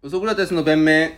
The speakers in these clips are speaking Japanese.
ソクラテスの弁明。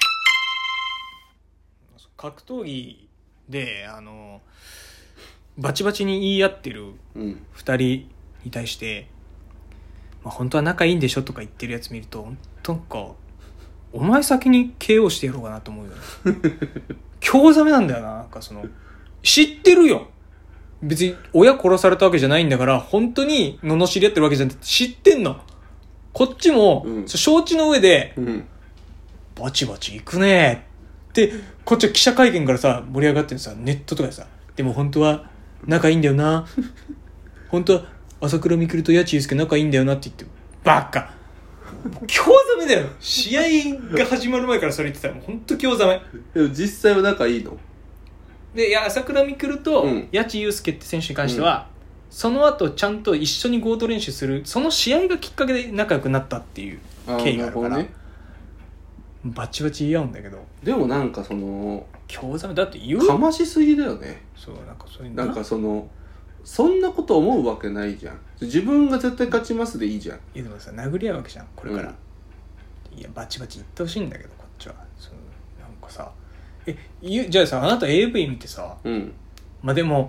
格闘技でバチバチに言い合ってる2人に対して、本当は仲いいんでしょとか言ってるやつ見ると、なんかお前先に KO してやろうかなと思うよね。興ざめなんだよな。なんか知ってるよ、別に親殺されたわけじゃないんだから、本当に罵り合ってるわけじゃなくて知ってんの。こっちも、承知の上で、バチバチいくねってこっちは記者会見からさ盛り上がってるさ、ネットとかでさ、でも本当は仲いいんだよな、本当は朝倉未来と八千祐介仲いいんだよなって言って、バカ興ざめだよ。試合が始まる前からそれ言ってたらもう本当興ざめ。 でも実際は仲いいので、いや朝倉未来と八千祐介って選手に関しては、その後ちゃんと一緒に合同練習する、その試合がきっかけで仲良くなったっていう経緯があるから、バチバチ言い合うんだけど、 でもなんか興ざめだって言うかましすぎだよね。 そう、なんかそういうなんかそんなこと思うわけないじゃん。自分が絶対勝ちますでいいじゃん。 いやでもさ、殴り合うわけじゃんこれから、いやバチバチ言ってほしいんだけど、こっちはなんかさ、じゃあさ、あなた AV 見てさ、でも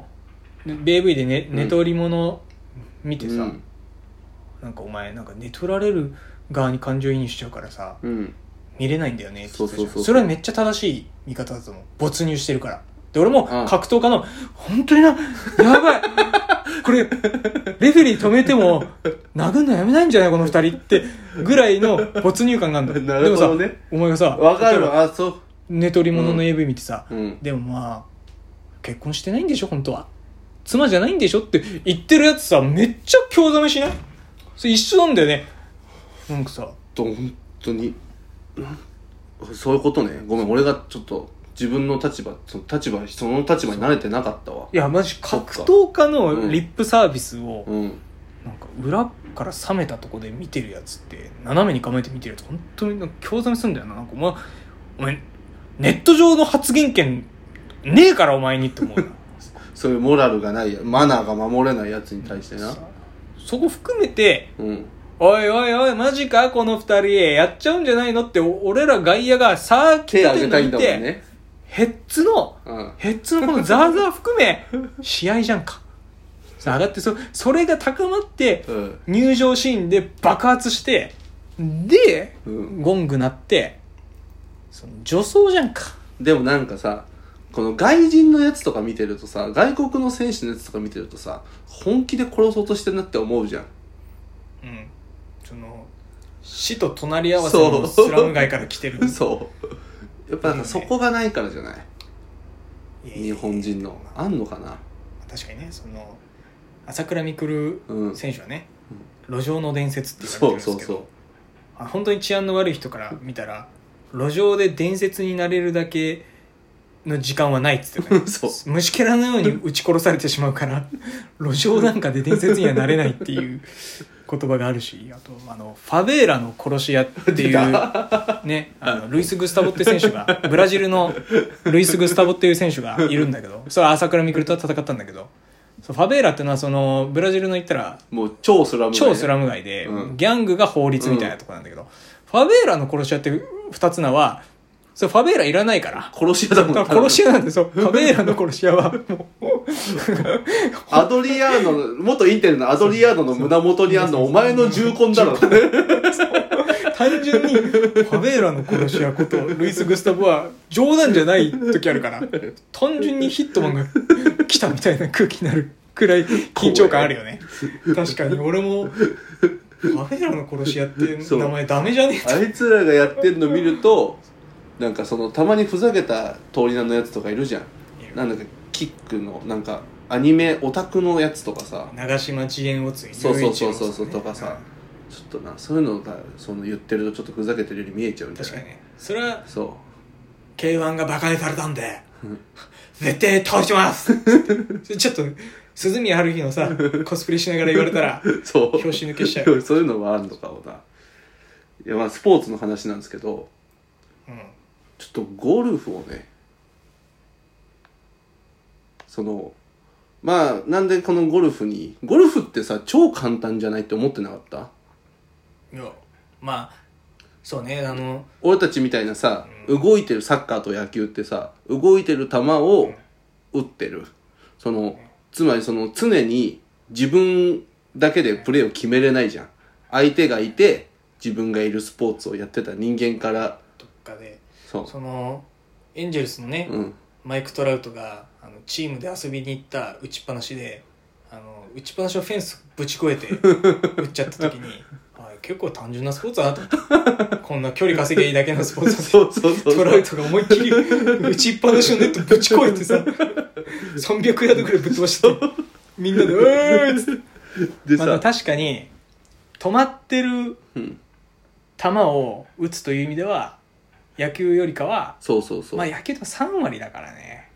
AV で寝取り物見てさ、なんかお前なんか寝取られる側に感情移入しちゃうからさ、見れないんだよねって言ってたじゃん。それはめっちゃ正しい見方だと思う。没入してるから。で俺も格闘家の本当にやばいこれレフェリー止めても殴んのやめないんじゃないこの二人ってぐらいの没入感があるんだ。 なるほどね。 でもさ、お前がさ、 わかるわ。そう寝取り物の AV 見てさ、でも結婚してないんでしょ本当は、妻じゃないんでしょって言ってるやつさ、めっちゃ興ざめしない？それ一緒なんだよね。なんかさ、 本当にそういうことね。ごめん、俺がちょっと自分の立場その立場に慣れてなかったわ。 いやマジ格闘家のリップサービスを、なんか裏から冷めたとこで見てるやつって、斜めに構えて見てるやつ本当に興ざめするんだよな。なんかお前ネット上の発言権ねえからお前にって思うな。 そういうモラルがないマナーが守れないやつに対してな、 そこ含めて、おいおいおいマジかこの二人やっちゃうんじゃないのって俺ら外野がさー手挙げたいんだもんね。 ヘッズのこのザーザー含め試合じゃんか。上がってそれが高まって、入場シーンで爆発してで、ゴング鳴って女装じゃんか。 でもなんかさ、この外人のやつとか見てるとさ、外国の選手のやつとか見てるとさ、本気で殺そうとしてるなって思うじゃん。 死と隣り合わせのスラム街から来てる。 そうやっぱなんかそこがないからじゃない、日本人のあんのかな。 確かにね、朝倉未来選手はね、路上の伝説って言われてるんですけど、本当に治安の悪い人から見たら路上で伝説になれるだけの時間はないっつってね。虫けらのように撃ち殺されてしまうから路上なんかで伝説にはなれないっていう言葉があるし、あとファベーラの殺し屋っていうね、ルイス・グスタボって選手が、ブラジルのルイス・グスタボっていう選手がいるんだけど、それは朝倉未来と戦ったんだけど、ファベーラっていうのはブラジルの言ったらもう超スラム街で、ギャングが法律みたいなとこなんだけど、ファベーラの殺し屋って二つ名は、ファベーラいらないから殺し屋だもん。 殺し屋なんで、ファベーラの殺し屋はもうアドリアーノ、元インテルのアドリアーノの胸元にあんのお前の重婚だろ。 単純にファベーラの殺し屋ことルイス・グスタボは冗談じゃない時あるから、単純にヒットマンが来たみたいな空気になるくらい緊張感あるよね。確かに俺もファベーラの殺し屋って名前ダメじゃねえあいつらがやってるの見ると、なんかたまにふざけた通り名のやつとかいるじゃん。なんだかキックのなんかアニメオタクのやつとかさ、 長島遅延をついそうとかさ、ちょっとそういうのが言ってるとちょっとふざけてるように見えちゃうんじゃない？ 確かにね。それはK1 がバカにされたんで絶対倒しますちょっと鈴宮春日のさコスプレしながら言われたら拍子抜けしちゃう。 そういうのはあるのかもな。いやスポーツの話なんですけど、ちょっとゴルフをね、なんでこのゴルフってさ超簡単じゃないって思ってなかった？ いやそうね俺たちみたいなさ、動いてるサッカーと野球ってさ、動いてる球を打ってる、つまり常に自分だけでプレーを決めれないじゃん。相手がいて自分がいるスポーツをやってた人間からどっかでそうエンジェルスのね、 うん、 マイク・トラウトがチームで遊びに行った打ちっぱなしで打ちっぱなしをフェンスぶち越えて打っちゃった時に結構単純なスポーツだなと思ってこんな距離稼げいいだけのスポーツそうトラウトが思いっきり打ちっぱなしのネットぶち越えてさ300ヤードぐらいぶっ飛ばしてみんなで「うーい!」っつってでさ、確かに止まってる球を打つという意味では野球よりかはそうまあ野球とか3割だからね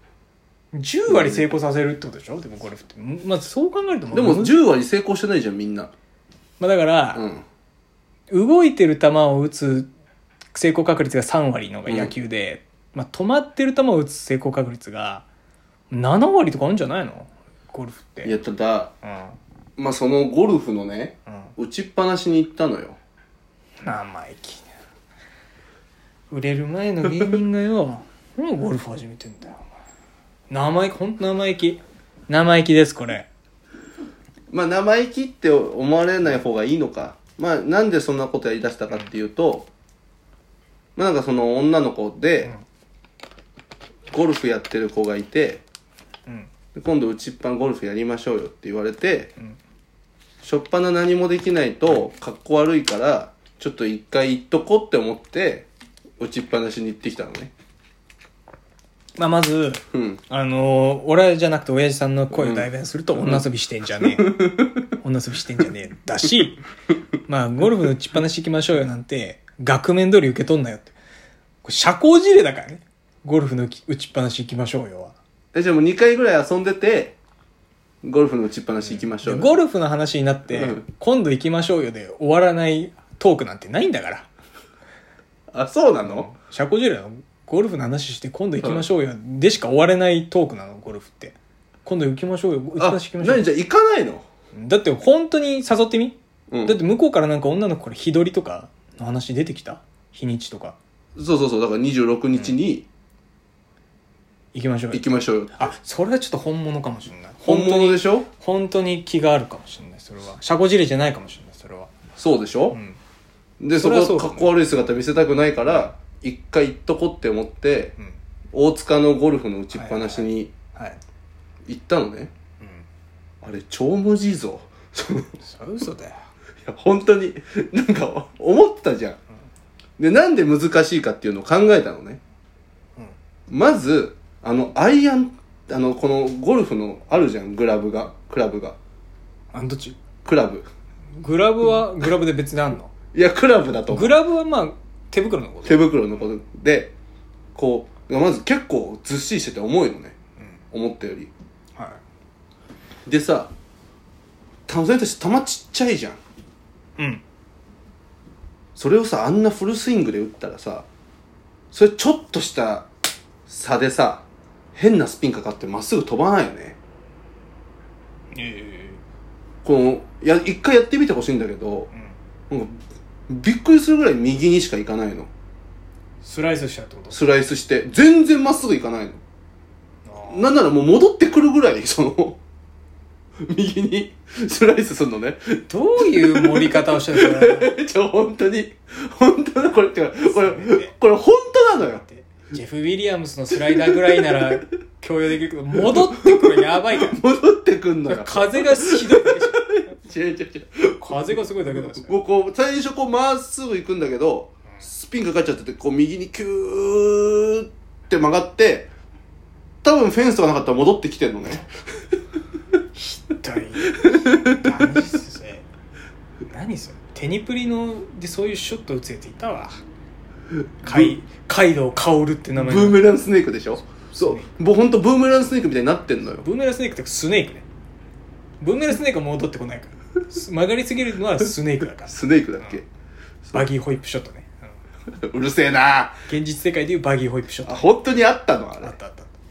10割成功させるってことでしょ、でもゴルフってまずそう考えるとでも10割成功してないじゃんみんな。 まあだから、動いてる球を打つ成功確率が3割のが野球で、まあ、止まってる球を打つ成功確率が7割とかあるんじゃないのゴルフって。 いやただ、まあそのゴルフのね、打ちっぱなしに行ったのよ。 生意気売れる前の芸人がよもうゴルフ始めてんだよ生意気、ほんと生意気生意気ですこれ。 まあ生意気って思われない方がいいのか。まあなんでそんなことやりだしたかっていうと、まあなんかその女の子でゴルフやってる子がいて、今度打ちっぱなゴルフやりましょうよって言われて、しょっぱな何もできないとかっこ悪いからちょっと一回行っとこうって思って打ちっぱなしに行ってきたのね。 まあ、まず、俺じゃなくて親父さんの声を代弁すると、女遊びしてんじゃねえ。女遊びしてんじゃねえ。だし、まあ、ゴルフの打ちっぱなし行きましょうよなんて、額面通り受け取んなよって。これ社交辞令だからね。ゴルフの打ちっぱなし行きましょうよは。 じゃあもう2回ぐらい遊んでて、ゴルフの打ちっぱなし行きましょうよ。 ゴルフの話になって、今度行きましょうよで終わらないトークなんてないんだから。 あ、そうなの？ 社交辞令なの？ゴルフの話して今度行きましょうよでしか終われないトークなのゴルフって。今度行きましょうよ打ちっぱなし行きましょうよ。 何じゃあ行かないの？ だって本当に誘ってみ、だって向こうからなんか女の子から日取りとかの話出てきた？日にちとか。 そうだから26日に、 行きましょうよ。 行きましょうよ。 あ、それはちょっと本物かもしれない。 本物でしょ？ 本当に気があるかもしれない。それは社交辞令じゃないかもしれない。それはそうでしょ、でそこかっこ悪い姿見せたくないから一回行っとこって思って、大塚のゴルフの打ちっぱなしに行ったのね。あれ超無事ぞ。 それ嘘だよ。 いや本当になんか思ってたじゃん。でなんで難しいかっていうのを考えたのね。まずアイアンこのゴルフのあるじゃん、クラブがどっち？ クラブ。 グラブはグラブで別にあんの？ いやクラブだと思う。 グラブはまあ手袋のこと。 手袋のことでこうまず結構ずっしりしてて重いのね、思ったより。でさ、それとして球ちっちゃいじゃん。それをさあんなフルスイングで打ったらさ、それちょっとした差でさ変なスピンかかってまっすぐ飛ばないよね。一回やってみてほしいんだけど、なんかびっくりするぐらい右にしか行かないの。 スライスしたってこと？ スライスして全然まっすぐ行かないの。なんならもう戻ってくるぐらい右にスライスするのね。 どういう盛り方をしてるの？ 本当だ。これ本当なのよ。 ジェフ・ウィリアムスのスライダーぐらいなら共有できるけど、戻ってくるやばいから。 戻ってくんのよ。 風がひどいだけじゃん。 違う。 風がすごいだけだし。 もう最初まっすぐ行くんだけど、スピンかかっちゃってて、右にキューって曲がって、多分フェンスとかなかったら戻ってきてんのね。 ひどい。何それ。テニプリのでそういうショット打つやついたわ。カイドウカオルって名前。 ブーメランスネークでしょ。そう。もうほんとブーメランスネークみたいになってんのよ。 ブーメランスネークってスネークね。ブーメランスネークは戻ってこないから。曲がりすぎるのはスネークだから。 スネークだっけ？ バギーホイップショットね。 うるせえな。 現実世界でいうバギーホイップショット。 本当にあったのあれ。 あった。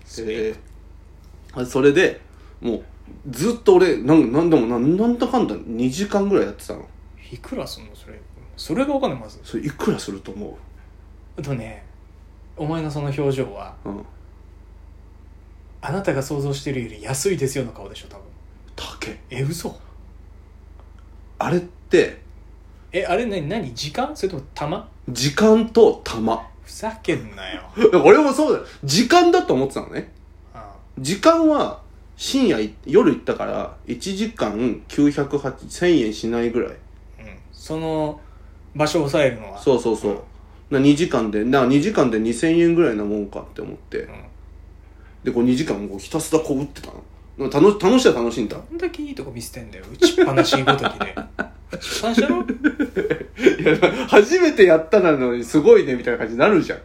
それでもうずっと俺なんだかんだ2時間ぐらいやってたの。 いくらすんのそれ？ それが分かんない。まずそれいくらすると思あとね、お前のその表情は、 う？うん。 あなたが想像してるより安いですよの顔でしょ多分。 高え。 嘘？ あれってあれ何時間？それとも玉？ 時間と玉。 ふざけんなよ。 俺もそうだよ。時間だと思ってたのね。 あ時間は深夜夜行ったから1時間1000円しないぐらい。 その場所を抑えるのは。 そうそうそう、2時間で2000円ぐらいなもんかって思って、でこう2時間こうひたすらこう打ってたの。楽しいは楽しいんだ。 どんだけいいとこ見せてんだよ、打ちっぱなしごときで。打ちっぱなしだろ。 いや初めてやったなのにすごいねみたいな感じになるじゃん。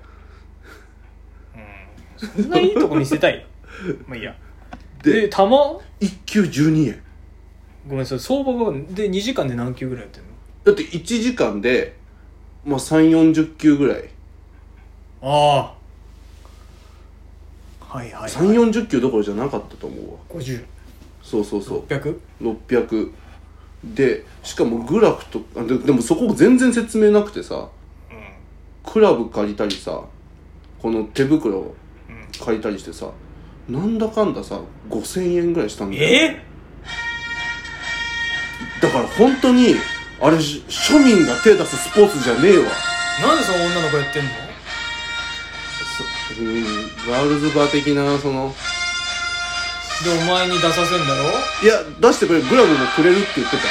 そんないいとこ見せたい。まあいいや。で玉 1球12円。 ごめんなさい、相場がで2時間で何球ぐらいやってんの？ だって1時間でまあ3、40球ぐらい。 ああ、はいはい、はい、 3、40球どころじゃなかったと思うわ。 50。 そうそうそう。 600 で、しかもグラフとでもそこ全然説明なくてさ、クラブ借りたりさ、この手袋借りたりしてさ、なんだかんださ5000円ぐらいしたんだよ。だから本当にあれ庶民が手出すスポーツじゃねえわ。 なんでその女の子やってんの？ ガールズバー的なそのでお前に出させんだろ？ いや出してくれ、グラブもくれるって言ってた。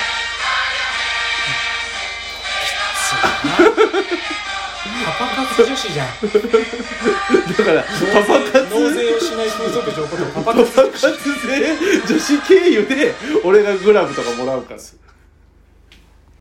パパ活女子じゃん。 だからパパ活納税をしない風俗嬢ことパパ活女子経由で俺がグラブとかもらうから。